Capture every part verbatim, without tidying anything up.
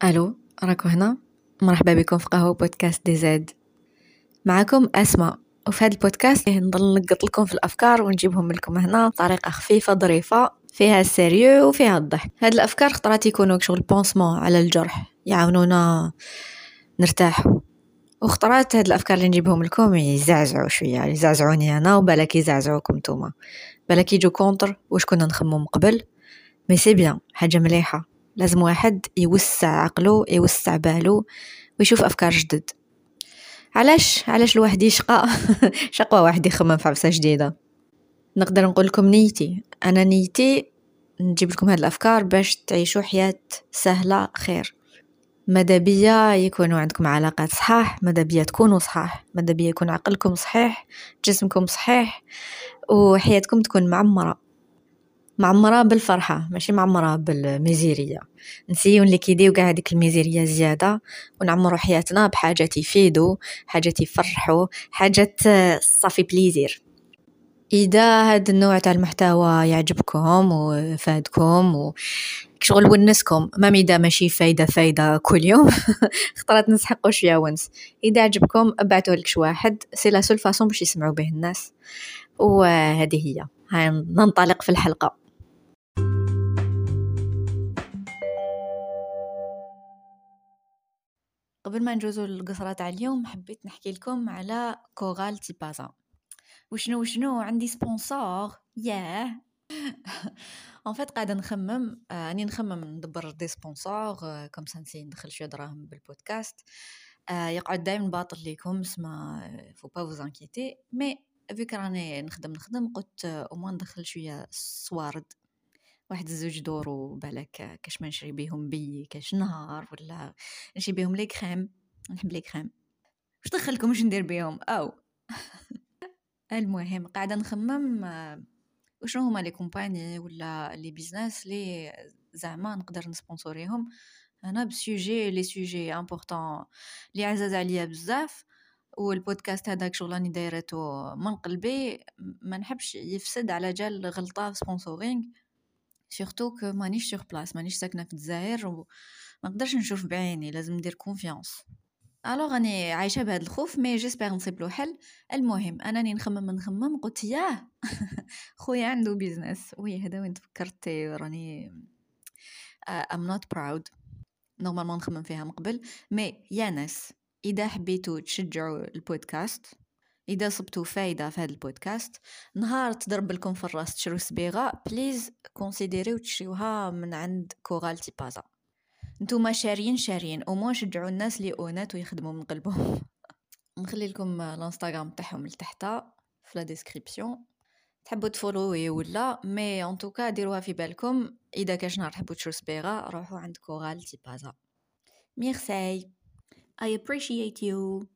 الو، راكو هنا. مرحبا بكم في قهوة بودكاست دي زاد. معكم أسماء، وفي هذا البودكاست نضل نقط لكم في الأفكار ونجيبهم لكم هنا بطريقة خفيفة ظريفة فيها السيريو وفيها الضحك. هاد الأفكار خطرات يكونوا شغل بونسمون على الجرح، يعاونونا نرتاحوا، وخطرات هاد الأفكار اللي نجيبهم لكم يزعزعوا شوية، يزعزعوني أنا وبالك يزعزعوكم نتوما، بالك يجوا كونتر واش كنا نخمم قبل. مي سي بيان، حاجة مليحة. لازم واحد يوسع عقله، يوسع باله، ويشوف أفكار جدد. علاش علاش الواحد يشقى شقوى واحد يخمم في عفسة جديدة. نقدر نقول لكم نيتي، أنا نيتي نجيب لكم هاد الأفكار باش تعيشوا حياة سهلة خير. ماذا بيا يكونوا عندكم علاقات صحاح، ماذا بيا تكونوا صحاح، ماذا بيا يكون عقلكم صحيح، جسمكم صحيح، وحياتكم تكون معمرة معمرة بالفرحة، ماشي معمرة بالميزيرية. نسيون اللي كيديو قاع هذيك الميزيرية زيادة، ونعمروا حياتنا بحاجات يفيدوا، حاجات يفرحوا، حاجات صافي بليزير. إذا هذا النوع تاع المحتوى يعجبكم وفادكم وشغل ونسكم، ما ميدا ماشي فايدة فايدة كل يوم خطرات نسحقوا شوية ونس. إذا عجبكم ابعتوا لك واحد، سي لا سول فاصون باش يسمعوا به الناس. وهذه هي، هاي ننطلق في الحلقة. قبل ما نجوزوا للقصرة تاع اليوم، حبيت نحكي لكم على كورال تيبازا. وشنو وشنو عندي سبونسور ياه ان فيت قاعده نخمم، اني نخمم ندبر دي سبونسور كوم سا نسي ندخل شويه دراهم بالبودكاست. آه يقعد دائما باطل ليكم اسمع، فو با فوز انكيتي. مي فيك راني نخدم نخدم قلت او ما ندخل شويه صوارد، واحد زوج دور وبالك كاش ما نشري بيهم بي كاش نهار، ولا نشري بيهم لي كريم. نحب لي كريم، واش دخلكم واش ندير بيهم او المهم قاعده نخمم وشنو هما لي كومباني ولا لي بيزنس لي زعما نقدر نسبونسوريهم انا بسوجي لي سوجي امبورطون لي عزاز عليا بزاف. والبودكاست هذاك شغلاني دايرته من قلبي، ما نحبش يفسد على جال غلطه في سبونسورينغ، سورتو كو مانيش سور بلاص، مانيش ساكنه في الجزائر وما نقدرش نشوف بعيني، لازم ندير كونفيانس. الوغ راني عايشه بهذا الخوف، مي جيسبر نصيب له حل. المهم انني نخمم نخمم قلت ياه خويا عنده بيزنس. وي هذا وين تفكرت راني ام نوت براود، نورمالمون نخمم فيها من قبل. مي يا ناس، اذا حبيتوا تشجعوا البودكاست، اذا صبتوا فايده في هذا البودكاست، نهار تضرب لكم في الراس تشرو صبيغه، بليز كونسيديريو تشريوها من عند كورال تيبازا. نتوما شارين شارين او مو شجعوا الناس اللي اونات ويخدموا من قلبهم. نخلي لكم الانستغرام تاعهم لتحت في لا ديسكريبسيون، تحبوا تفولوي ولا مي ان توكا ديروها في بالكم. اذا كاش نهار تحبوا تشرو صبيغه روحوا عند كورال تيبازا. ميرسي، I appreciate you.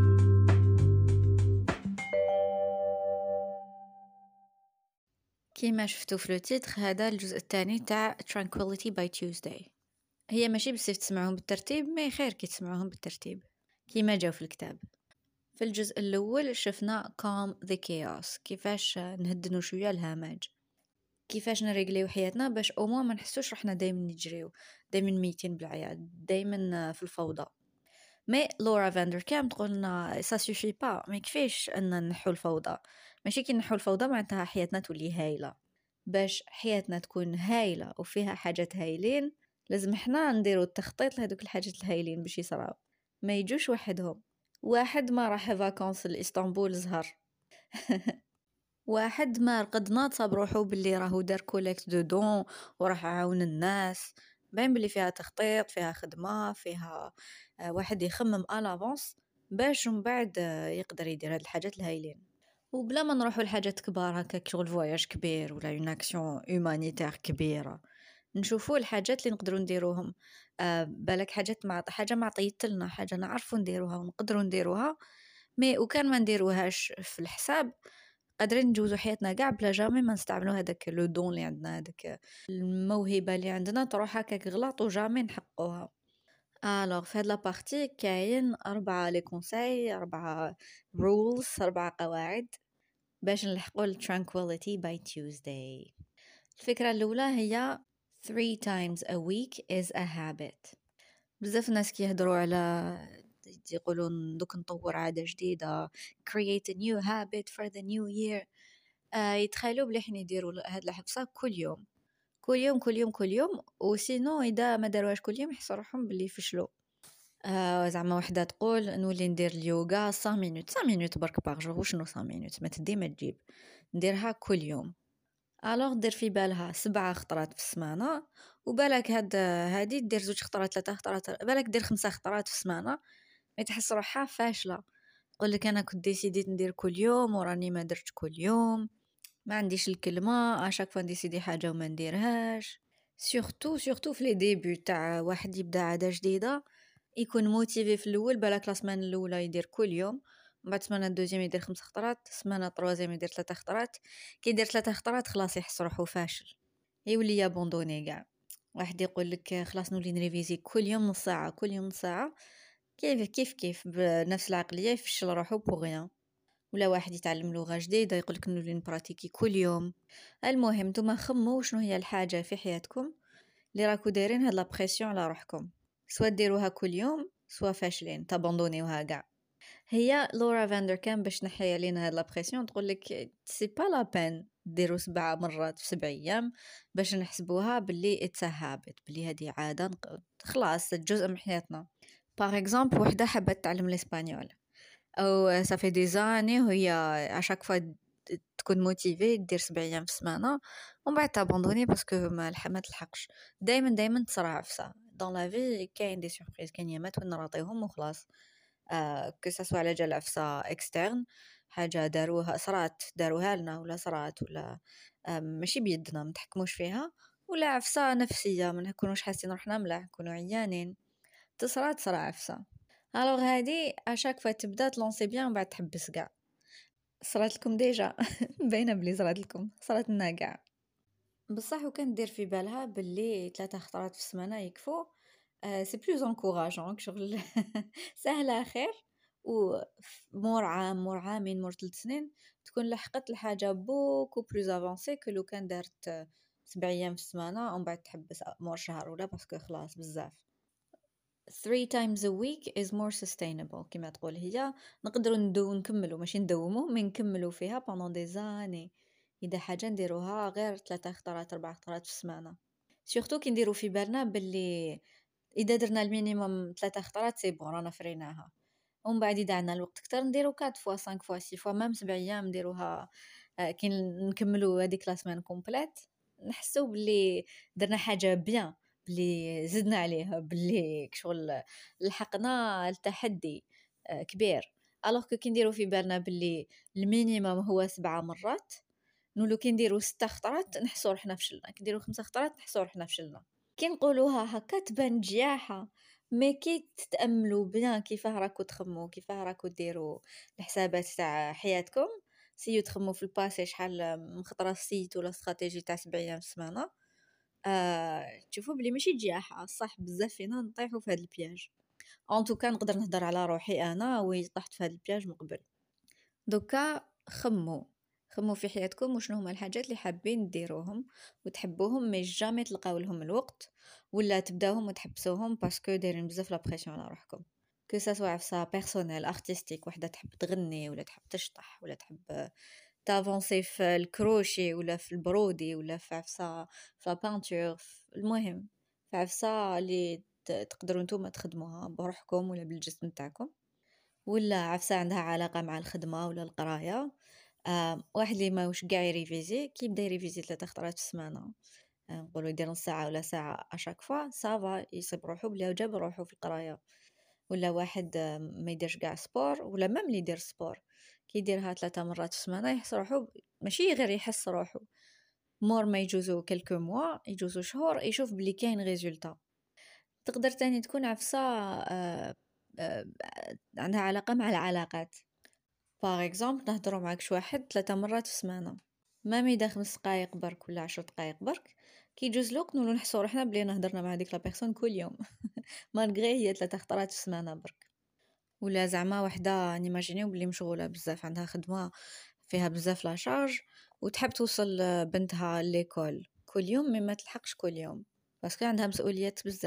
كيما شفتوا في التيتر، هذا الجزء الثاني تاع Tranquility by Tuesday. هي ماشي بصيف تسمعوهم بالترتيب، ما خير كي تسمعوهم بالترتيب كيما جاو في الكتاب. في الجزء الأول شفنا calm the chaos، كيفاش نهدنوا شوية الهمج، كيفاش نريقليو حياتنا باش او ما نحسوش رحنا دايما نجريو، دايما ميتين بالعياد، دايما في الفوضى. مي لورا فاندر كام تقولنا سا سوفي با، ما كيفاش ان نحو الفوضى. ماشي كي نحو الفوضى معناتها حياتنا تولي هايله. باش حياتنا تكون هايله وفيها حاجات هايلين، لازم احنا نديرو التخطيط لهذوك الحاجات الهايلين باش يصراو، ما يجوش وحدهم. واحد ما راح فاكونس لإسطنبول زهر واحد ما رقدنا تصاب روحو باللي راهو دار كوليكت دو دون وراح يعاون الناس، باين باللي فيها تخطيط، فيها خدمه، فيها واحد يخمم الافونس باش من بعد يقدر يدير هاد الحاجات الهايلين. وبلا ما نروحوا لحاجات كبار هكاك شغل فواياج كبير ولا اون اكسيون هومانيتير كبيره، نشوفوا الحاجات اللي نقدروا نديروهم. أه بالك حاجات مع حاجه ما عطيتلنا حاجه نعرفوا نديروها ونقدروا نديروها، مي وكان ما نديروهاش في الحساب قادرين نجوزوا حياتنا كاع بلا جامي ما نستعملوا هذاك لو دون اللي عندنا، هذاك الموهبه اللي عندنا تروح هكاك غلط وجامي نحققوها. الوغ في هاد لابارتي كاين أربعة لي كونساي، أربعة رولز، أربعة قواعد باش نلحقوا ال Tranquility by Tuesday. الفكرة الأولى هي three times a week is a habit. بزاف الناس كيهضروا على يقولون دوك نطور عادة جديدة create a new habit for the new year. آه يتخيلوا بلي حنا يديروا هاد الحبسة كل يوم كل يوم كل يوم كل يوم، وسينو إذا ما داروهاش كل يوم يحسوا روحهم بلي فشلوا. آه زعما وحده تقول نولي ندير اليوغا خمسة مينوت خمسة مينوت برك باغ جور، وشنو خمسة مينوت ما تدي ما تجيب، نديرها كل يوم. الوغ دير في بالها سبعة خطرات في السمانه، وبالك هاد هادي دير زوج خطرات ثلاثه خطرات، بالك دير خمسة خطرات في السمانه، ما تحس روحها فاشله. تقول لك انا كنت ديسيديت ندير كل يوم وراني ما درت كل يوم، ما عنديش الكلمه، اشاك فوا نديسيدي حاجه وما نديرهاش. سورتو سورتو في لي ديبي تاع واحد يبدا عاده جديده، يكون موتيفي في الاول، بالك لا سمان الاولى يدير كل يوم، من بعد سمانه الدوزيام يدير خمس خطرات، سمانه التروازيام يدير ثلاثه خطرات. كي يدير ثلاثه خطرات خلاص يحس روحو فاشل، يولي يابوندوني كاع. واحد يقول لك خلاص نولي نريفيزي كل يوم نص ساعه كل يوم نص ساعه، كيف كيف كيف بنفس العقليه يفشل روحو بوغيان. ولا واحد يتعلم لغه جديده يقول لك نولي نبراتيكي كل يوم. المهم نتوما خمو شنو هي الحاجه في حياتكم اللي راكو دايرين هاد لا بريسيون على روحكم، سوا ديروها كل يوم سوا فاشلين تابوندونيوها كاع. هي لورا فاندر كام باش نحي علينا هاد لا بريسيون تقول لك سي با لا بين ديروا سبعة مرات في سبع ايام باش نحسبوها باللي اتس هابت، باللي هذه عاده خلاص جزء من حياتنا. باغ اكزومبل وحده حابه تتعلم الاسبانيول، او صافي دي زاني وهي اشاك فوا تكون موتيفي دير سبع ايام في السمانه ومن بعد تابوندوني باسكو ما ما تلحقش. دائما دائما تصرا عفسه دون لا في، كاين دي سوربريز، كاين يامات وين نراطيهم وخلاص. آه كو سوا على جال عفسه اكسترن، حاجه داروها صرات داروها لنا ولا صرات ولا آه ماشي بيدنا متحكموش فيها، ولا عفسه نفسيه ما نكونوش حاسين روحنا ملاح نكونوا عيانين، تصرا تصرا عفسه. الوغ هادي اشاك فوا تبدا تلونسي بيان ومن بعد تحبس كاع. صرات لكم ديجا باينه بلي صرات لكم، صرات لنا كاع بصح. وكان دير في بالها باللي ثلاثه خطرات في السمانه يكفو، آه سي بلوز انكوراجون شغل سهله خير. ومور عام مور عامين مور ثلاث سنين تكون لحقت الحاجه بوكو بلوز افونسي كو لو كان دارت سبع ايام في السمانه ومن بعد تحبس مور شهر ولا، باسكو خلاص بزاف. three times a week is more sustainable كما تقول هي، نقدروا ندو نكملوا ماشي ندوموا من نكملوا فيها pendant des années. إذا حاجة نديروها غير ثلاثة خطرات أربع خطرات في السمانة، سورتو كي نديروا في بالنا باللي إذا درنا المينيموم ثلاثة خطرات سي بون رانا فريناها، ومن بعد إذا عندنا الوقت كتر نديرو أربعة فوا خمسة فوا ستة فوا مام سبع أيام نديروها. آه كي نكملوا هذيك لا سمان كومبليت نحسوا باللي درنا حاجة بيان، بلي زدنا عليها، بلي شغل لحقنا التحدي كبير. الوغ كي نديرو في بالنا بلي المينيموم هو سبعة مرات، نولو كي نديرو ستة خطرات نحسو روحنا فشلنا، كي نديرو خمسة خطرات نحسو روحنا فشلنا. كي نقولوها هكا تبان جياحة، مي كي تتأملوا بيان كيفاه راكو تخمو كيفاه راكو ديروا الحسابات تاع حياتكم، سيو تخمو في الباسي شحال من خطرة سيت ولا استراتيجي تاع سبع ايام في السمانه، آه تشوفوا بلي ماشي جياحة صح. بزاف فينا نطيحوا في هذا البياج، ان توكا نقدر نهضر على روحي انا وي طحت في هذا البياج من قبل. دوكا خمو خمو في حياتكم وشنو هما الحاجات اللي حابين ديروهم وتحبوهم مي جامي تلقاو لهم الوقت، ولا تبداوهم وتحبسوهم باسكو دايرين بزاف لا بريسيون على روحكم. كو سا سوا عفسه بيرسونيل ارتستيك، وحده تحب تغني ولا تحب تشطح ولا تحب تافونسي في الكروشي ولا في البرودي ولا في عفسه في لا بانتور، المهم في عفسه اللي تقدروا نتوما تخدموها بروحكم ولا بالجسم تاعكم، ولا عفسه عندها علاقه مع الخدمه ولا القرايه. آه واحد اللي ماوش كاع يريفيزي كي يبدا يريفيزي ثلاثه خطرات في السمانه، آه نقولوا يدير نص ساعه ولا ساعه اشاك فوا صافا يصيب روحو بلي جاب روحو في القرايه. ولا واحد آه ما يديرش كاع سبور، ولا مام اللي يدير سبور كي يديرها ثلاثه مرات في السمانه يحس روحو، ماشي غير يحس روحو، مور ما يجوزو كلكو موا يجوزو شهور يشوف بلي كاين ريزولتا. تقدر تاني تكون عفسه آه آه عندها علاقه مع العلاقات. باغ اكزومبل نهضروا معاك شي واحد ثلاثه مرات في السمانه، ما ميدا خمس دقائق برك ولا عشر دقائق برك، كي يجوز الوقت نولو نحسو روحنا بلي نهضرنا مع ديك لا بيرسون كل يوم مالغري هي ثلاثه خطرات في السمانه برك. ولا زعما وحده نيماجينيو بلي مشغوله بزاف عندها خدمه فيها بزاف لا شارج وتحب توصل بنتها ليكول كل يوم، مي ما تلحقش كل يوم باسكو عندها مسؤوليات بزاف.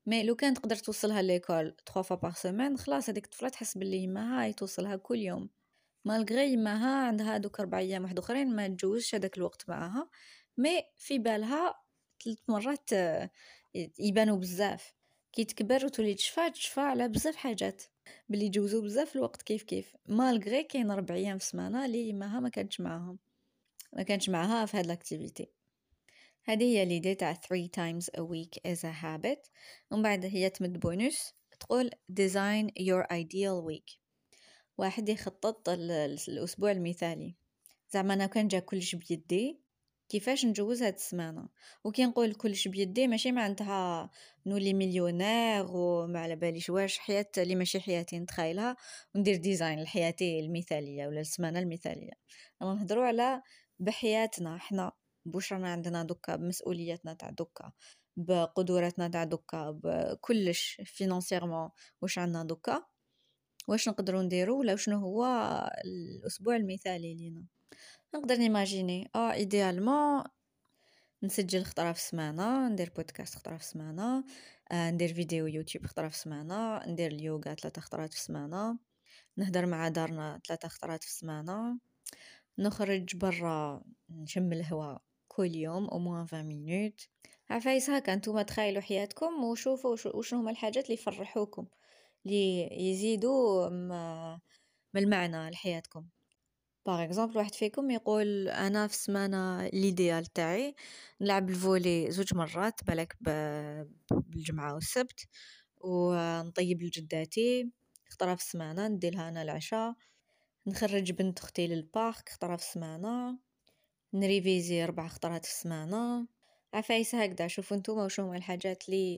مي لو كان تقدر توصلها ليكول ثلاث فوا باغ سيمين خلاص هذيك الطفله تحس باللي يماها توصلها كل يوم، مالغري يماها عندها دوك ربع ايام واحد اخرين ما تجوزش هذاك الوقت معاها، مي في بالها ثلاث مرات يبانوا بزاف. كي تكبر وتولي تشفى تشفى على بزاف حاجات بلي يجوزوا بزاف الوقت كيف كيف، مالغري كاين ربع ايام في السمانه اللي يماها ما كانتش معاهم ما كانتش معاها في هاد لاكتيفيتي. هذه هي ليدي تاع three times a week as a habit. ومن بعد هي تمد بونus تقول design your ideal week. واحد يخطط الأسبوع المثالي، زعما أنا كان جا كلش بيدي كيفاش نجوز هاد السمانة. وكي نقول كلش بيدي ماشي معناتها نولي مليونير وما على باليش واش حياة اللي ماشي حياتي نتخيلها وندير ديزاين لحياتي المثالية ولا السمانة المثالية. أنا نهضروا على بحياتنا احنا، بوش رانا عندنا دوكا بمسؤولياتنا تاع دوكا بقدراتنا تاع دوكا بكلش فينانسيرمون واش عندنا دوكا واش نقدروا نديروا ولا شنو هو الاسبوع المثالي لينا. نقدر نيماجيني اه ايديالمون نسجل خطره في السمانه، ندير بودكاست خطره في السمانه، آه ندير فيديو يوتيوب خطره في السمانه، ندير اليوغا ثلاثه خطرات في السمانه، نهدر مع دارنا ثلاثه خطرات في السمانه، نخرج برا نشم الهواء كل يوم او موان عشرين مينوت. عفايس هكا نتوما تخيلوا حياتكم وشوفوا وشنو هما الحاجات اللي يفرحوكم اللي يزيدوا من المعنى لحياتكم. باغ اكزومبل واحد فيكم يقول انا في السمانه ليديال تاعي نلعب الفولي زوج مرات بالك بالجمعه والسبت، ونطيب لجداتي خطره في السمانه نديرها انا العشاء، نخرج بنت اختي للبارك خطره في السمانه، نريفيزي اربع خطرات في السمانه. عفايس هكذا شوفوا نتوما وشو هما الحاجات اللي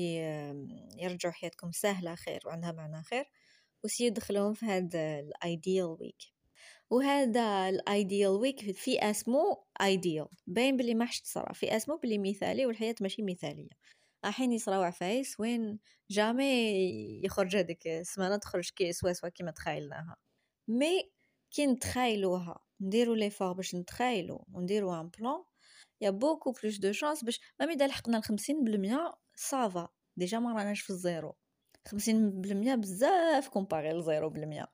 يرجعوا حياتكم سهله خير وعندها معنى خير وسي يدخلون في هذا الايديال ويك. وهذا الايديال ويك في اسمه ايديال باين بلي ما حش تصرا، في اسمه بلي مثالي والحياه ماشي مثاليه. الحين يصراو عفايس وين جامي يخرج هذيك السمانه تخرج كي سوا سوا كيما تخيلناها. مي كي نتخيلوها نديرو لي فور باش نتخيلو ونديرو ان بلان يا بوكو بلوس دو شانس باش مام اذا لحقنا الخمسين بالمية صافا ديجا ما راناش في الزيرو. خمسين بالمية بزاف كومباري لزيرو بالمية.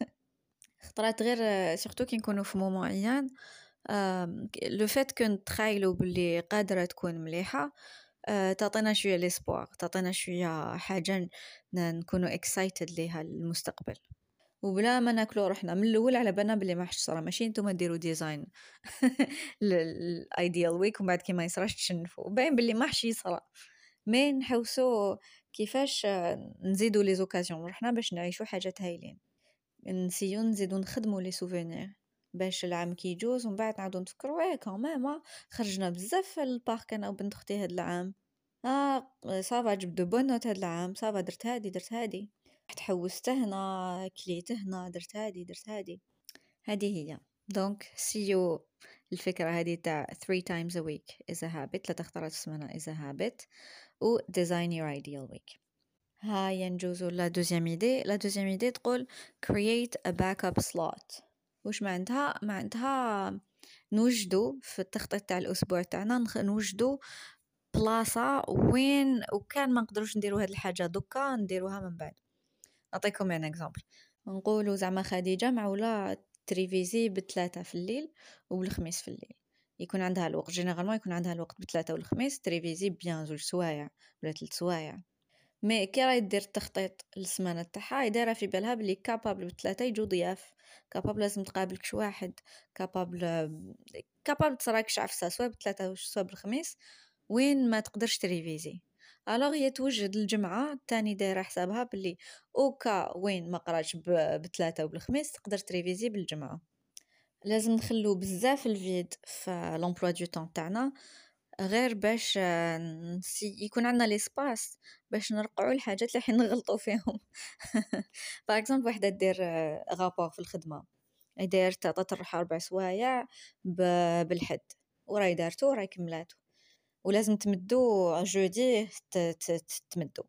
خطرات غير سورتو كي نكونوا في مومون عيان لو فات كو نتخيلو باللي قادره تكون مليحه تعطينا شويه ليسبوار، تعطينا شويه حاجه نكونوا اكسايتد ليها المستقبل وبلا ما ناكلو روحنا من الاول على بالنا بلي ما حش صرا. ماشي نتوما ديروا ديزاين الايديال ويك ومن بعد كي ما يصراش تشنفوا باين بلي ما حش يصرا. مي نحوسو كيفاش نزيدوا لي زوكازيون روحنا باش نعيشوا حاجات هايلين، نسيو نزيدو نخدموا لي سوفينير باش العام كي يجوز ومن بعد نعاودو نفكروا ايه كمان خرجنا بزاف في البارك انا وبنت اختي هاد العام، اه صافا جبت دو بون نوت هاد العام، صافا درت هادي درت هادي تحوست هنا كليت هنا درت هادي درت هادي. هذه هي دونك سيو الفكرة هذه تاع three times a week is a habit، لا تختارات السمانة is a habit و design your ideal week. هاي نجوزو لا دوزيام ايدي. لا دوزيام ايدي تقول create a backup slot. وش معناتها؟ معناتها نوجدو في التخطيط تاع الأسبوع تاعنا نوجدو بلاصة وين وكان ما نقدروش نديرو هاد الحاجة دوكا نديروها من بعد. نعطيكم ان اكزامبل، نقولوا زعما خديجة معولا تريفيزي بثلاثة في الليل وبالخميس في الليل، يكون عندها الوقت جينيرالمون يكون عندها الوقت بثلاثة والخميس تريفيزي بيان زوج سوايع ولا ثلاث سوايع. مي كي راهي دير التخطيط للسمانه تاعها دايره في بالها بلي كابابل بثلاثه يجو ضياف، كابابل لازم تقابلك شي واحد، كابابل كابابل تصراك عفسه سواء بثلاثه سواء بالخميس وين ما تقدرش تريفيزي. الوغ هي توجد الجمعه الثاني دايره حسابها بلي اوكا وين ما قراتش بثلاثه وبالخميس تقدر تريفيزي بالجمعه. لازم نخلو بزاف الفيد في لومبلوا دو طون تاعنا غير باش يكون عندنا ليسباس باش نرقعوا الحاجات اللي حين نغلطوا فيهم. باغ اكزومبل وحده دير غابور في الخدمه داير تعطات الروحه اربع سوايع بالحد وراي دارتو وراي كملاتو ولازم تمدو جودي تمدو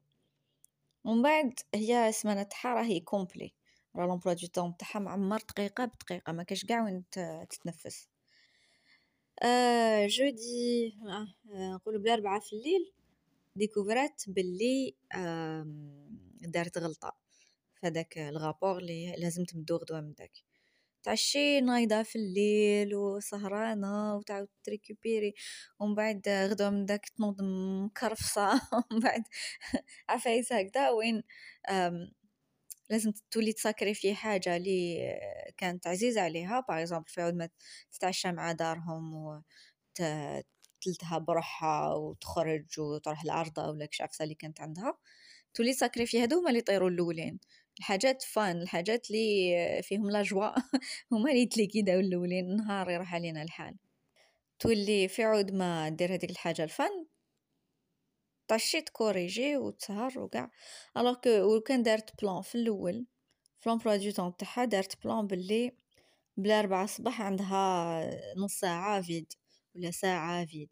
ومن بعد هي السمانه تاعها راهي كومبلي راه لومبلوا دو طون تاعها معمر دقيقه بدقيقه ما كاش كاع وين تتنفس. آه جودي آه نقولوا بلا ربعة في الليل ديكوفرات باللي دارت غلطه فداك الغابور اللي لازم تمدو غدوه من داك. تعشي نايضه في الليل وسهرانه وتعاود تريكوبيري ومن بعد غدوه من داك تنوض مكرفصه ومن بعد عفايس هكذا وين لازم تولي تساكري في حاجه اللي كانت عزيزه عليها. باغ اكزومبل في عود ما تتعشى مع دارهم و تلتها بروحها وتخرج وتروح العرضه ولا كش عفسه اللي كانت عندها، تولي تساكري في هادو هما اللي يطيروا الاولين. الحاجات فان، الحاجات اللي فيهم لا جوا هما اللي تليكيداو الاولين، نهار يروح علينا الحال. تولي في عود ما دير هذيك الحاجه الفن طاشي تكوريجي وتسهر وكاع. الوغ كو وكان دارت بلان في الاول في لومبلوا دو طون تاعها، دارت بلان باللي بلا ربعة صباح عندها نص ساعه فيد ولا ساعه فيد،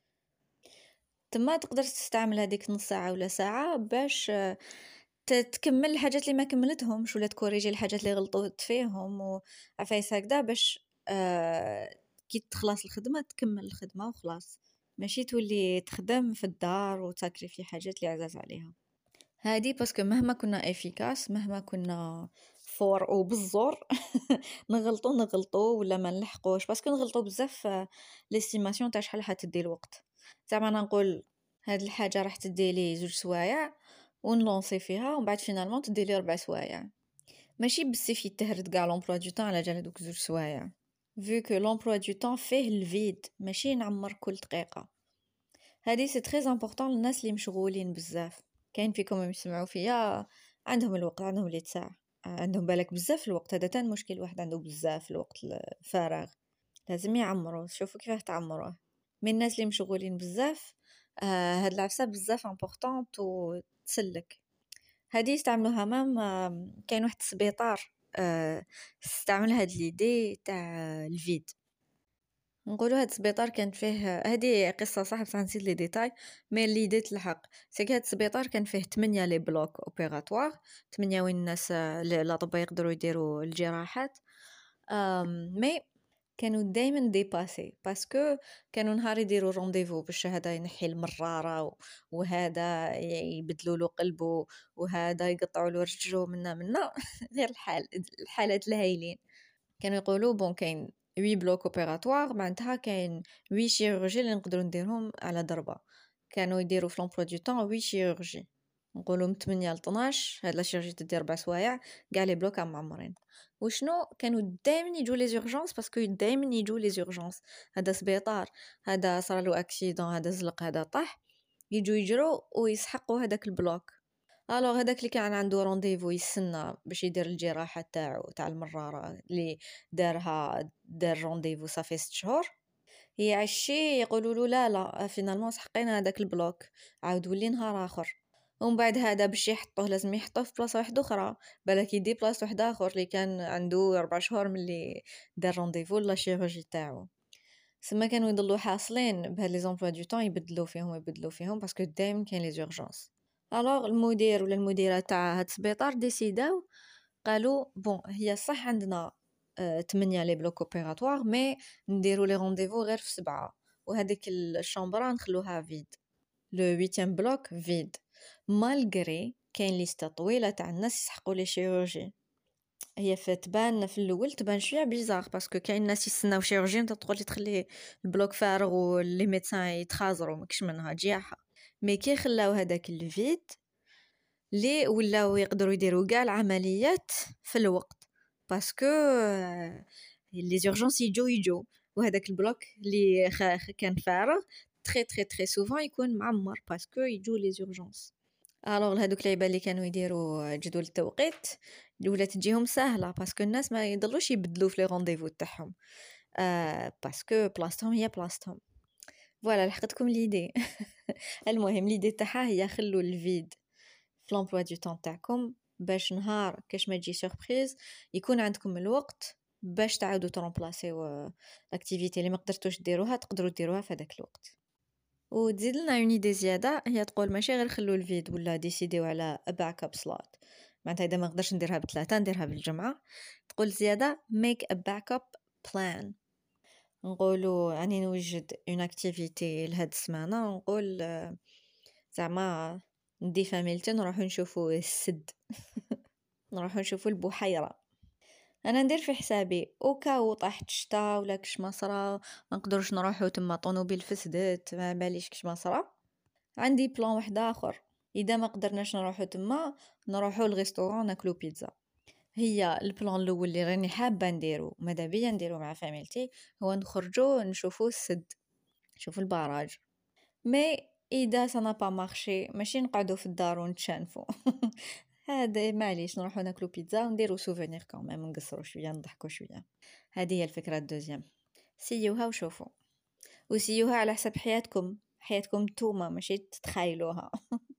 تما تقدر تستعمل هذيك نص ساعه ولا ساعه باش تكمل الحاجات اللي ما كملتهمش ولا تكوريجي الحاجات اللي غلطت فيهم وعفايس هكذا باش آه كي تخلص الخدمه تكمل الخدمه وخلاص، ماشي تولي تخدم في الدار وتسكري في حاجات اللي عزاز عليها. هادي باسكو مهما كنا افيكاس، مهما كنا فور وبالزور نغلطو نغلطو ولا ما نلحقوش، باسكو نغلطو بزاف ليستيماسيون تاع شحال حتدي الوقت. زعما انا نقول هاد الحاجه راح تدي لي زوج سوايع ونلونسي فيها ومن بعد فينالمون تدي لي ربع سوايع، ماشي بزاف يتهرد كاع لومبلوا دو طون على جال دوك زوج سوايع. vu que l'emploi du temps فيه الفيد ماشي نعمر كل دقيقه. هذه سي تري امبورطون للناس اللي مشغولين بزاف. كاين فيكم يسمعوا فيا عندهم الوقت، عندهم لي ساعه، عندهم بالك بزاف الوقت، هذا تان مشكل. واحد عنده بزاف الوقت الفراغ لازم يعمروه، شوفوا كيفاه تعمروه. من الناس اللي مشغولين بزاف آه هاد العفسه بزاف امبورطون وتسلك. هذه يستعملوها مام آه كاين واحد السبيطار آه استعمل هاد ليدي تاع الفيد. نقولوا هاد السبيطار كان فيه، هذه قصه صح بصح نسيت لي ديتاي، مي ليدي تلحق. سي هاد السبيطار كان فيه ثمانية لي بلوك اوبيراتوار، ثمانية وين الناس الاطباء يقدروا يديروا الجراحات. مي كانوا دائما ديباسي باسكو كانوا نهار يديروا رونديفو باش هذا ينحي المراره وهذا يبدلوا له قلبه وهذا يقطعوا له رجله منا منا غير الحال الحالات الهايلين. كانوا يقولوا بون كاين ثمانية بلوك اوبيراتوار معناتها كاين ثمانية شيروجي اللي نقدروا نديرهم على ضربه. كانوا يديروا في لومبلوا دو طون ثمانية شيروجي، نقولوا من ثمانية ل اثناش هاد لا شيروجي تدير ربع سوايع كاع لي بلوك معمرين. وشنو كانوا دائما يجوا لي زورجونس باسكو دائما يجوا لي زورجونس. هذا سبيطار، هذا صار له اكسيدون، هذا زلق، هذا طاح، يجوا يجروا ويسحقوا هذاك البلوك. الوغ هذاك اللي كان عنده رونديفو يستنى باش يدير الجراحه تاعو تاع المراره اللي دارها، دار رونديفو صافي ست شهور، هي عشي يقولوا له لا لا فينالمون سحقينا هذاك البلوك، عاود ولي نهار اخر. ومن بعد هذا باش يحطوه لازم يحطوه في بلاصه واحده اخرى، بالك يدي بلاصه واحده اخر اللي كان عنده أربع شهور ملي دار رونديفو لا شيروجي تاعو. سما كانوا يضلوا حاصلين بهاد لي زومبلوا دو طون يبدلوا فيهم يبدلوا فيهم باسكو دائما كاين لي زورجونس. الوغ المدير ولا المديره تاع هاد السبيطار ديسيداو قالوا بون هي صح عندنا ثمانية لي بلوك اوبيراتوار مي نديروا لي رونديفو غير في سبعة وهذيك الشامبرا نخلوها فيد، لو ثمانية بلوك فيد مالغري كاين ليستا طويله تاع الناس يسحقوا لي شيروجي. هي فتبان في الاول تبان شويه بيزار باسكو كاين ناس يستناو شيروجي انت تقولي تخلي البلوك فارغ ولي ميدسان يتخازروا ماكش منها جياحه. مي كي خلاو هذاك الفيد لي ولاو يقدروا يديروا كاع العمليات في الوقت باسكو لي زورجونس يجو يجو وهذاك البلوك اللي كان فارغ تري تري تري سوفون يكون معمر باسكو يجو لي زورجونس. الوغ هذوك اللعيبه اللي كانوا يديروا جدول التوقيت ولات تجيهم سهله باسكو الناس ما يضلوش يبدلوا في لي رونديفو تاعهم آه باسكو بلاصتهم هي بلاصتهم. فوالا لحقتكم ليدي. المهم ليدي تاعها هي خلوا الفيد في لومبلوا دو طون تاعكم باش نهار كاش ما تجي سوربريز يكون عندكم الوقت باش تعاودوا ترومبلاسيو الاكتيفيتي اللي ما قدرتوش ديروها تقدروا ديروها في هذاك الوقت. وتزيد لنا اون ايدي زياده هي تقول ماشي غير خلوا الفيد ولا ديسيديو على باك اب سلوت، معناتها اذا ما نقدرش نديرها بثلاثه نديرها بالجمعه. تقول زياده ميك ا باك اب بلان. نقولوا اني نوجد اون اكتيفيتي لهاد السمانه، نقول زعما ندي فاميلتي نروحو نشوفو السد نروحو نشوفو البحيرة. انا ندير في حسابي اوكاو طاحت شتا ولا كش ما صرا ما نقدرش نروحو تما طونوبيل فسدت ما باليش كش ما صرا، عندي بلان واحد اخر. اذا ما قدرناش نروحو تما نروحو للريستورون ناكلو بيتزا. هي البلان الاول اللي راني حابه نديرو ماذا بيا نديرو مع فاميلتي هو نخرجو نشوفو السد نشوفو البراج. مي اذا سا با مارشي ماشي نقعدو في الدار ونتشانفو هذا معليش نروحو ناكلو بيتزا ونديرو سوفونير كمان نقصرو شويه نضحكو شويه. هذه هي الفكره الدوزيام. سيوها وشوفوا وسيوها على حسب حياتكم حياتكم نتوما ماشي تتخيلوها.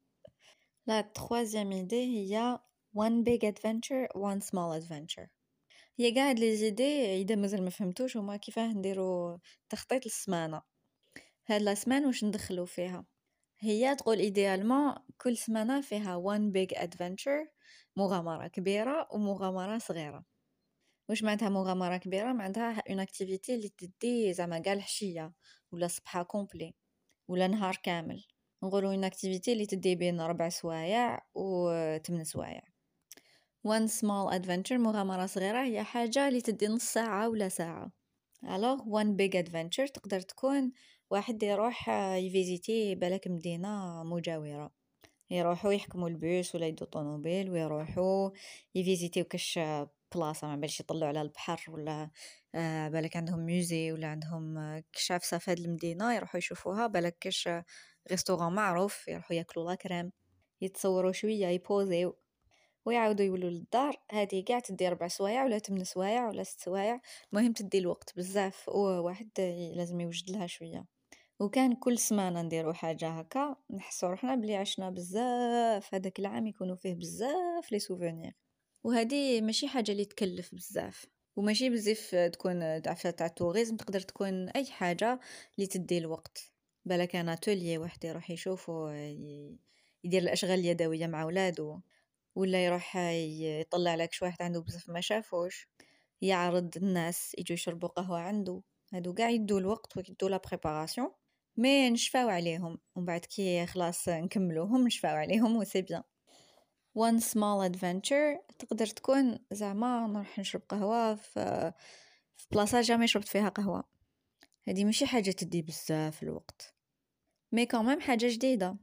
لا تخوازيام ايدي هي one big adventure one small adventure. هي قاعد لي زيدي اذا مازال ما فهمتوش هما كيفاه نديرو تخطيط للسمانه. هاد لا سمان واش ندخلو فيها هي تقول ايديالمون كل سمانه فيها one big adventure مغامره كبيره ومغامره صغيره. واش معناتها مغامره كبيره معناتها اون اكتيفيتي اللي تدي زعما كاع الحشيه ولا صباحا كومبلي ولا نهار كامل. نقولوا اون اكتيفيتي اللي تدي بين ربع سوايع و ثمانية سوايع. one small adventure مغامره صغيره هي حاجه اللي تدي نص ساعه ولا ساعه. alors one big adventure تقدر تكون واحد يروح يفيزيتي بالك مدينه مجاوره يروحوا يحكموا البيس ولا يدو طونوبيل ويروحوا يفيزيتيو كش بلاصه ما بالش يطلعوا على البحر ولا آه بالك عندهم ميوزي ولا عندهم كش عفسه في هذه المدينه يروحوا يشوفوها بالك كش ريستوران معروف يروحوا ياكلوا لا كريم يتصوروا شويه يبوزيو ويعاودوا يولوا للدار. هذه قاعد تدي ربع سوايع ولا ثمانية سوايع ولا ست سوايع المهم تدي الوقت بزاف وواحد لازم يوجد لها شويه. وكان كل سمانة نديرو حاجة هكا نحسو روحنا بلي عشنا بزاف هذاك العام يكونوا فيه بزاف لي سوفونير. وهذه ماشي حاجة اللي تكلف بزاف وماشي بزاف تكون عفسه تاع التوريزم تقدر تكون اي حاجة اللي تدي الوقت. بالك انا اتولي واحد يروح يشوفه يدير الاشغال اليدويه مع اولادو ولا يروح يطلع لك شي واحد عنده بزاف ما شافوش يعرض الناس يجوا يشربوا قهوه عنده. هادو قاع يدوا الوقت ويدوا لا بريباراسيون مي نشفاو عليهم ومن بعد كي خلاص نكملوهم نشفاو عليهم وسي بيان. one small adventure تقدر تكون زعما نروح نشرب قهوه في في بلاصه جامي شربت فيها قهوه. هذه ماشي حاجه تدي بزاف الوقت مي كمان حاجه جديده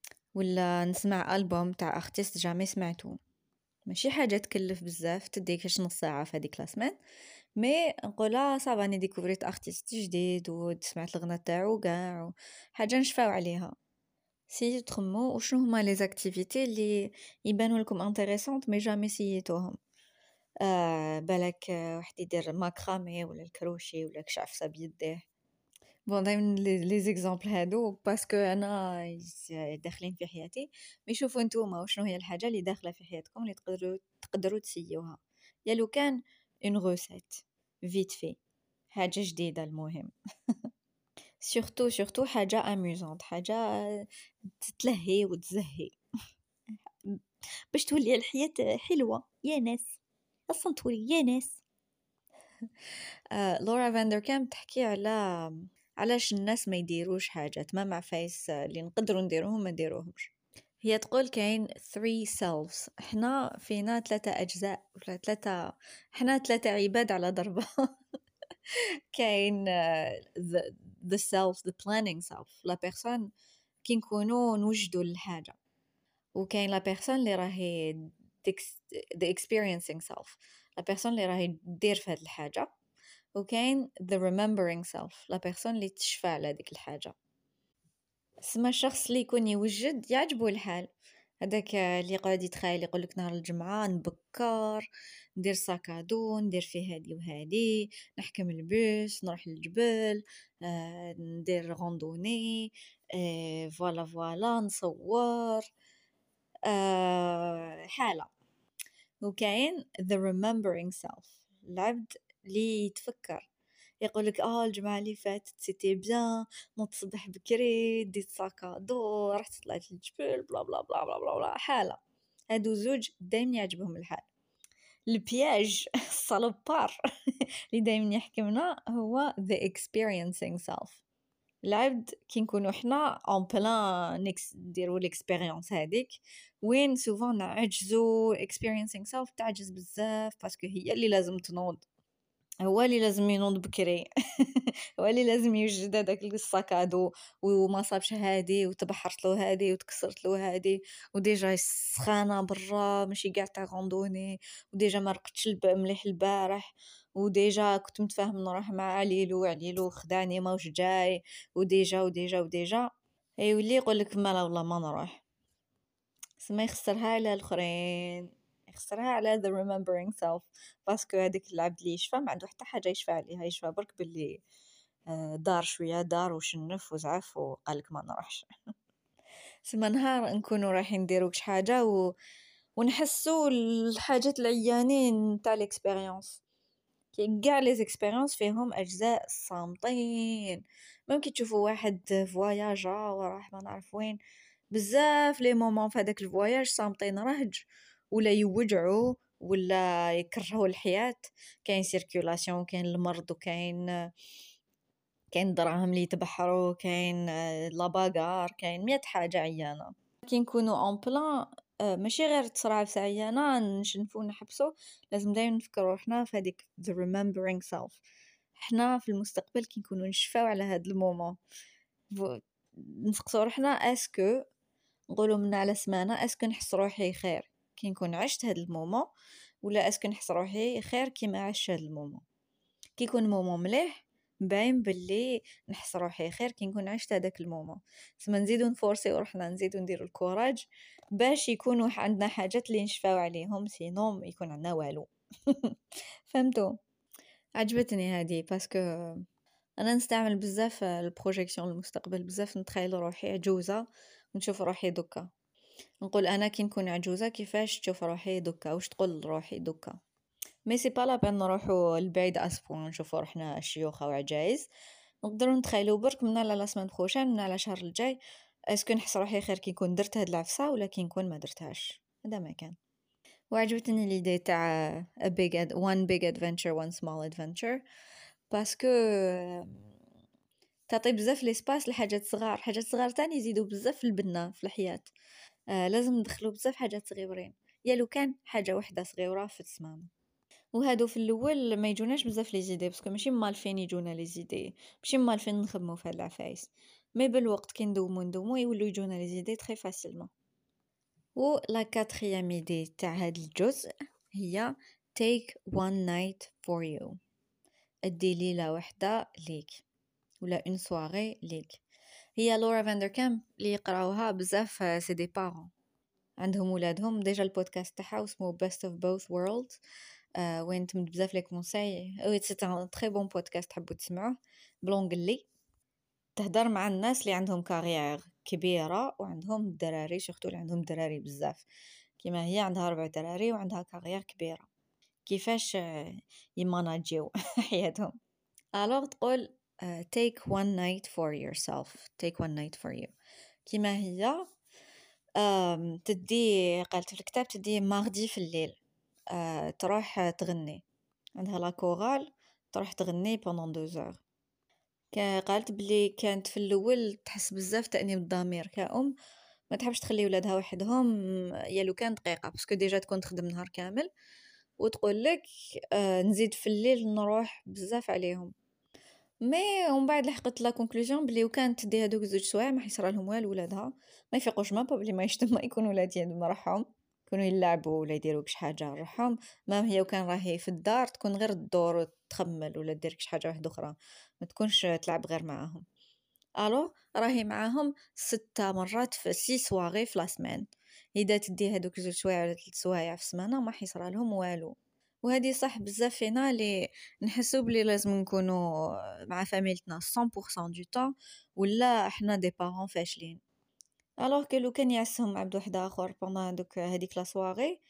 ولا نسمع ألبوم تاع ارتيست جامي سمعتو ماشي حاجه تكلف بزاف تديك نص ساعه في هذيك لاسمين مي نقولها صافا ني ديكوفريت ارتيست جديد وسمعت الغناء تاعو كاع حاجه نشفاو عليها. سي تخمو وشنو هما لي زاكتيفيتي اللي يبانوا لكم انتريسونط مي جامي سيتوهم. آه بالك واحد يدير ماكرامي ولا الكروشي ولا كش عفسه بيديه. بون دايما لي زيكزامبل هادو باسكو انا داخلين في حياتي مي شوفوا نتوما وشنو هي الحاجه اللي داخله في حياتكم اللي تقدروا تقدروا تسيوها. يا لو كان اون روسيت فيت في حاجه جديده المهم سورتو سورتو حاجه اميوزونت حاجه تتلهي وتزهي باش تولي الحياه حلوه يا ناس اصلا تولي يا ناس. آه، لورا فاندر كامب تحكي على علاش الناس ما يديروش حاجات ما مع فايس اللي نقدروا نديروهم ما نديروهمش. هي تقول كاين three selves احنا فينا ثلاثة اجزاء ولا ثلاثة احنا ثلاثة عباد على ضربة كاين the, the self the planning self la personne كي نكونوا نوجدوا الحاجة وكاين la personne اللي راهي the experiencing self la personne اللي راهي دير في هذه الحاجة وكاين the remembering self la personne اللي تشفى على هذيك الحاجة. اسمع الشخص اللي يكون يوجد يعجبه الحال هذاك اللي يقعد يتخيل يقول لك نهار الجمعة نبكر ندير ساكادو ندير فيه هادي وهادي نحكم البوس نروح للجبل آه، ندير غوندوني آه، فوالا فوالا نصور آه، حالة. وكاين the remembering self العبد اللي يتفكر يقول لك اه الجمعه اللي فاتت سيتي بيان نوض الصبح بكري ديت ساكادو رحت طلعت للجبل بلا بلا بلا بلا بلا, بلا. حاله هادو زوج دايما يعجبهم الحال. البياج الصلبار اللي دايما يحكمنا هو the experiencing self العبد كي نكونوا حنا اون بلان نيكس نديروا ليكسبيريونس هذيك وين سوفون نعجزوا experiencing self تعجز بزاف باسكو هي اللي لازم تنوض هو اللي لازم ينوض بكري هو اللي لازم يوجد هذاك الساكادو وما صابش هادي وتبحرت له هادي وتكسرت له هادي وديجا سخانه برا ماشي كاع تاع غوندوني وديجا ما رقدتش الب- مليح البارح وديجا كنت متفاهم نروح مع عليلو عليلو خدعني ماوش جاي وديجا وديجا وديجا يولي يقول لك مالا والله ما نروح سما يخسرها على الاخرين يخسرها على the remembering self باسكو هذيك العبد اللي يشفى ما عنده حتى حاجه يشفى عليها يشفى برك باللي دار شويه دار وشنف وزعف وقالك ما نروحش سما نهار نكونوا رايحين نديروا كش حاجه و... ونحسوا الحاجات العيانين تاع الاكسبيريونس كي كاع لي اكسبيريونس فيهم اجزاء صامتين ممكن تشوفوا واحد فواياجا وراح ما نعرف وين بزاف لي مومون في هذاك الفواياج صامتين رهج ولا يوجعوا ولا يكرهوا الحياة كاين سيركيولاسيون كاين المرض وكاين كاين دراهم اللي يتبحروا كاين لاباغار كاين مية حاجة عيانة كي نكونوا اون بلان ماشي غير تصرع في عيانة نشنفو نحبسو لازم دايما نفكروا حنا في هذيك the remembering self حنا في المستقبل كي نكونوا نشفاو على هذا المومون نسقسو روحنا اسكو نقولوا من على سمانه اسكو نحس روحي خير كي نكون عشت هذا المومون ولا اسكو نحس روحي خير كي ما عشت هذا المومون كي يكون مومون مليح باين باللي نحس روحي خير كي نكون عشت هذاك المومون سما نزيدو نفورسي روحنا نزيدو نديرو الكوراج باش يكونوا عندنا حاجات اللي نشفاو عليهم سينوم يكون عندنا والو فهمتوا عجبتني هذه باسكو انا نستعمل بزاف البروجيكسيون المستقبل بزاف نتخيل روحي عجوزه ونشوف روحي دوكا نقول انا كي نكون عجوزه كيفاش تشوف روحي دوكا واش تقول روحي دوكا مي سي با لا بين نروحو البعيد اسبوع نشوفو روحنا شيوخه وعجايز نقدروا نتخيلوا برك من على لا سمان بروشين من على الشهر الجاي اسكو نحس روحي خير كي نكون درت هاد العفسه ولا كي نكون ما درتهاش هذا ما كان وعجبتني ليدي تاع a big ad one big adventure one small adventure باسكو تعطي بزاف ليسباس لحاجات صغار حاجات صغار تاني يزيدوا بزاف في البنه في الحياه آه لازم ندخلوا بزاف حاجات صغيورين يا لو كان حاجه واحده صغيره في السمانه وهادو في الاول ما يجوناش بزاف لي زيدي باسكو ماشي مالفين يجونا لي زيدي ماشي مالفين نخدموا في هاد العفايس مي بالوقت كي ندومو ندومو يولوا يجونا لي زيدي تري فاسيلمون و لا كاتريام ايدي تاع هاد الجزء هي take one night for you ادي ليله وحده ليك ولا اون سواري ليك هي لورا فاندر كامب اللي يقراوها بزاف سي دي بارون عندهم ولادهم ديجا البودكاست تاعها اسمه best of both worlds آه وين تمد بزاف لي كونساي وي سي ان تري بون بودكاست حبوا تسمعوه بلونجلي تهدر مع الناس اللي عندهم كارير كبيره وعندهم الدراري سورتو اللي عندهم دراري بزاف كيما هي عندها ربع دراري وعندها كارير كبيره كيفاش يماناجيو حياتهم الوغ تقول uh, take one night for yourself take one night for you كيما هي um, تدي قالت في الكتاب تدي ماردي في الليل uh, تروح تغني عندها لا كورال تروح تغني pendant deux heures قالت بلي كانت في الاول تحس بزاف تأنيب الضمير كأم ما تحبش تخلي ولادها وحدهم يا لو كان دقيقه باسكو ديجا تكون تخدم نهار كامل وتقول لك آه نزيد في الليل نروح بزاف عليهم مي ومن بعد لحقت لا كونكلوزيون بلي وكان تدي هذوك زوج سوايع ما حيصرى لهم والو ولادها ما يفيقوش ما بلي ما يشتم يكون ولادي مرحهم يكونوا يلعبوا ولا يديروا كش حاجه رحهم ما هي وكان راهي في الدار تكون غير الدور وتخمل ولا دير كش حاجه واحده اخرى ما تكونش تلعب غير معاهم الو راهي معاهم ستة مرات في سي سواغي في لاسمان اذا تدي هذوك زوج سوايع ولا ثلاث سوايع في السمانه ما حيصرى لهم والو وهذه صح بزاف فينا اللي نحسوا بلي لازم نكونوا مع فاميلتنا مية بالمية دو طون ولا احنا دي بارون فاشلين الوغ كو لو كان يعسهم عبد واحد اخر بوندون دوك هذيك لا سواري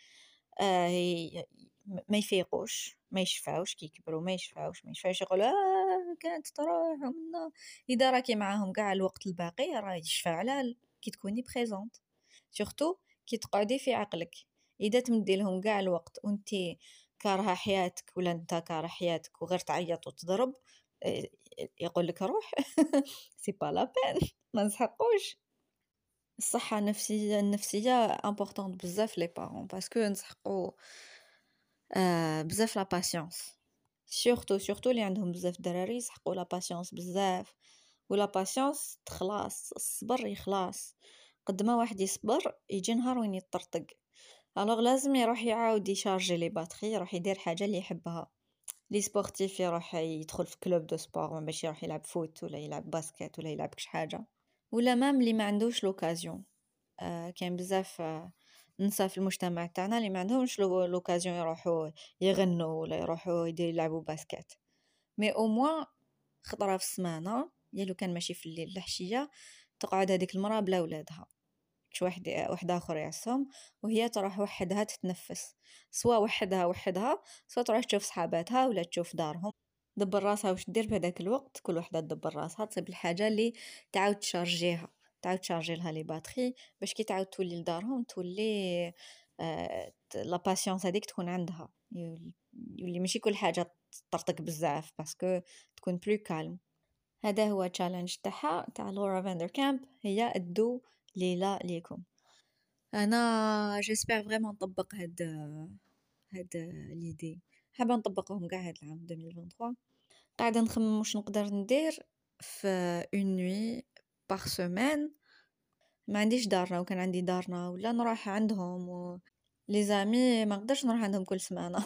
آه ما يفيقوش ما يشفاوش كي يكبروا ما يشفاوش ما يشفاوش يقولوا آه كانت تروح ومنا اذا راكي معاهم كاع الوقت الباقي راه يشفى على كي تكوني بريزونت سورتو كي تقعدي في عقلك اذا تمدي لهم كاع الوقت وانتي كارها حياتك ولا انت كاره حياتك وغير تعيط وتضرب يقول لك روح سي با لا بين ما نسحقوش. الصحة النفسية النفسية امبورطونط بزاف لي بارون باسكو نسحقو آه بزاف لا باسيونس سورتو سورتو اللي عندهم بزاف دراري يسحقوا لا باسيونس بزاف ولا باسيونس تخلاص الصبر يخلاص قد ما واحد يصبر يجي نهار وين يطرطق الوغ لازم يروح يعاود يشارجي لي باتري يروح يدير حاجه اللي يحبها لي سبورتيف يروح يدخل في كلوب دو سبور باش يروح يلعب فوت ولا يلعب باسكت ولا يلعب كش حاجه ولا مام اللي ما عندوش لوكازيون آه كاين بزاف آه نساء في المجتمع تاعنا اللي ما عندهمش لوكازيون يروحوا يغنوا ولا يروحوا يديروا يلعبوا باسكت مي او موان خطره في السمانه يا لو كان ماشي في الليل الحشيه تقعد هذيك المراه بلا ولادها كش واحد واحد اخر يعصهم وهي تروح وحدها تتنفس سواء وحدها وحدها سواء تروح تشوف صحاباتها ولا تشوف دارهم دبر راسها واش دير بهذاك الوقت كل وحده تدبر راسها تصيب الحاجه اللي تعاود تشارجيها تعاود تشارجي لها لي باتري باش كي تعاود تولي لدارهم تولي آه لا باسيونس هذيك تكون عندها يولي ماشي كل حاجه تطرطق بزاف باسكو تكون بلو كالم. هذا هو تشالنج تاعها تاع لورا فاندر كامب هي الدو ليلى ليكم. انا جيسبر فريمون نطبق هاد هاد ليدي حابه نطبقهم كاع هاد العام ألفين وثلاثة وعشرين قاعده نخمم واش نقدر ندير في اون نوي بار سيمين ما عنديش دارنا وكان عندي دارنا ولا نروح عندهم و لي زامي ما نقدرش نروح عندهم كل سمانه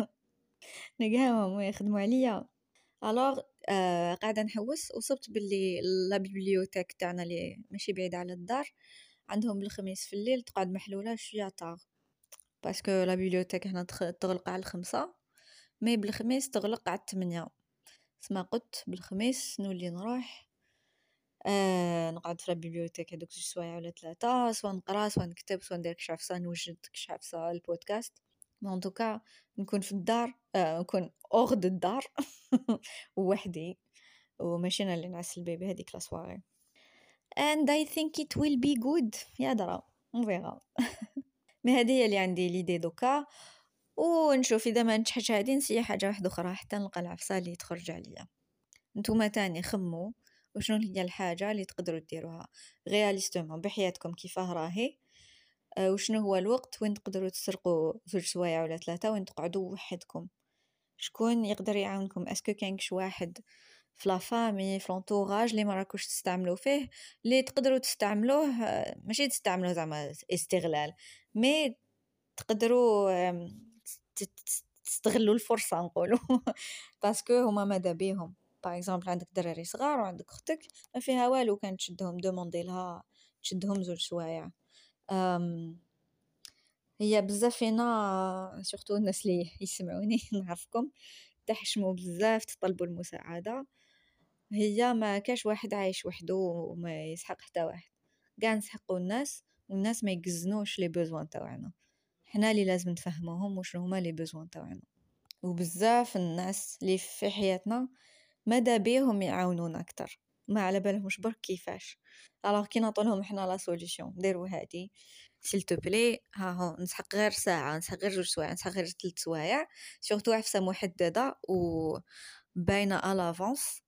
نلقاهم ويخدموا عليا الوغ آه قاعده نحوس وصبت باللي لا بيبليوتيك تاعنا اللي ماشي بعيده على الدار عندهم بالخميس في الليل تقعد محلوله شويه طاغ باسكو لا بيبليوتيك هنا تغلق على الخمسة مي بالخميس تغلق على الثمانية سما قلت بالخميس نولي نروح آه نقعد في لا بيبليوتيك هذوك جوج سوايع ولا ثلاثه سواء نقرا سواء نكتب سواء ندير كش عفسه نوجد كش عفسه البودكاست مون توكا نكون في الدار آه نكون اورد الدار وحدي وماشي انا اللي نعس البيبي هذيك لا سواري and I think it will be good يا درا on verra مي هذه هي اللي عندي ليدي دوكا ونشوف اذا ما نجحش هذه نسي حاجه واحده اخرى حتى نلقى العفسه اللي تخرج عليا. نتوما تاني خمو وشنو هي الحاجه اللي تقدروا ديروها رياليستومون بحياتكم كيفاه راهي أه وشنو هو الوقت وين تقدروا تسرقوا زوج سوايع ولا ثلاثه وين تقعدوا وحدكم شكون يقدر يعاونكم اسكو كاين كش واحد في لا فامي في لونطوراج اللي ما راكوش تستعملوا فيه اللي تقدروا تستعملوه ماشي تستعملوه زعما استغلال مي تقدروا تستغلوا الفرصه نقولوا باسكو هما ماذا بيهم باغ اكزومبل عندك دراري صغار وعندك اختك ما فيها والو كان تشدهم دوموندي لها تشدهم زوج سوايع أم هي بزاف فينا سورتو الناس اللي يسمعوني نعرفكم تحشموا بزاف تطلبوا المساعده هي ما كاش واحد عايش وحده وما يسحق حتى واحد كاع نسحقوا الناس والناس ما يقزنوش لي بوزوان تاعنا حنا اللي لازم نفهموهم وشنو هما لي بوزوان تاعنا وبزاف الناس اللي في حياتنا ماذا بيهم يعاونونا اكثر ما على بالهمش برك كيفاش الوغ كي نعطولهم حنا لا سوليوشن ديروا هادي سيل تو بلي ها هو نسحق غير ساعه نسحق غير جوج سوايع نسحق غير ثلاث سوايع سورتو عفسه محدده وباينه على لافونس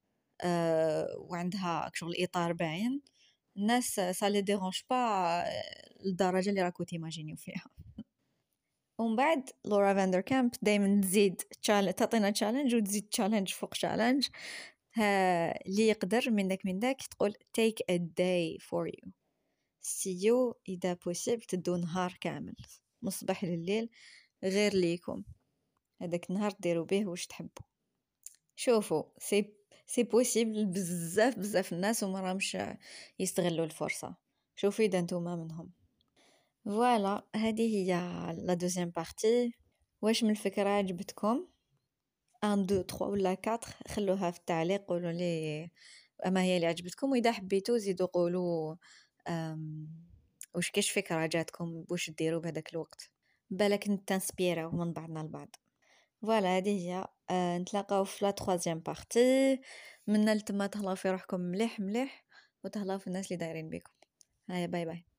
أه وعندها شغل الاطار باين الناس سا لي ديرونج با الدرجه اللي راكو تيماجينيو فيها ومن بعد لورا فاندر كامب دائما تزيد تعطينا تشالنج وتزيد تشالنج فوق تشالنج اللي يقدر منك من داك تقول take a day for you see you إذا possible تدو نهار كامل من الصباح لليل غير ليكم هذاك النهار ديروا به واش تحبوا شوفوا سي سي بوسيبل بزاف بزاف الناس وما راهمش يستغلوا الفرصه شوفوا اذا نتوما منهم فوالا هذه هي لا دوزيام بارتي واش من الفكره عجبتكم واحد اثنين ثلاثة ولا أربعة خلوها في التعليق قولوا لي اما هي اللي عجبتكم واذا حبيتوا زيدوا قولوا واش كاش فكره جاتكم واش ديروا بهذاك الوقت بالك نتانسبيراو من بعضنا البعض فوالا هذه هي أه نتلاقاو في لا تروازيام بارتي من لتما تهلاو في روحكم مليح مليح وتهلاو في الناس اللي دايرين بكم هيا باي باي.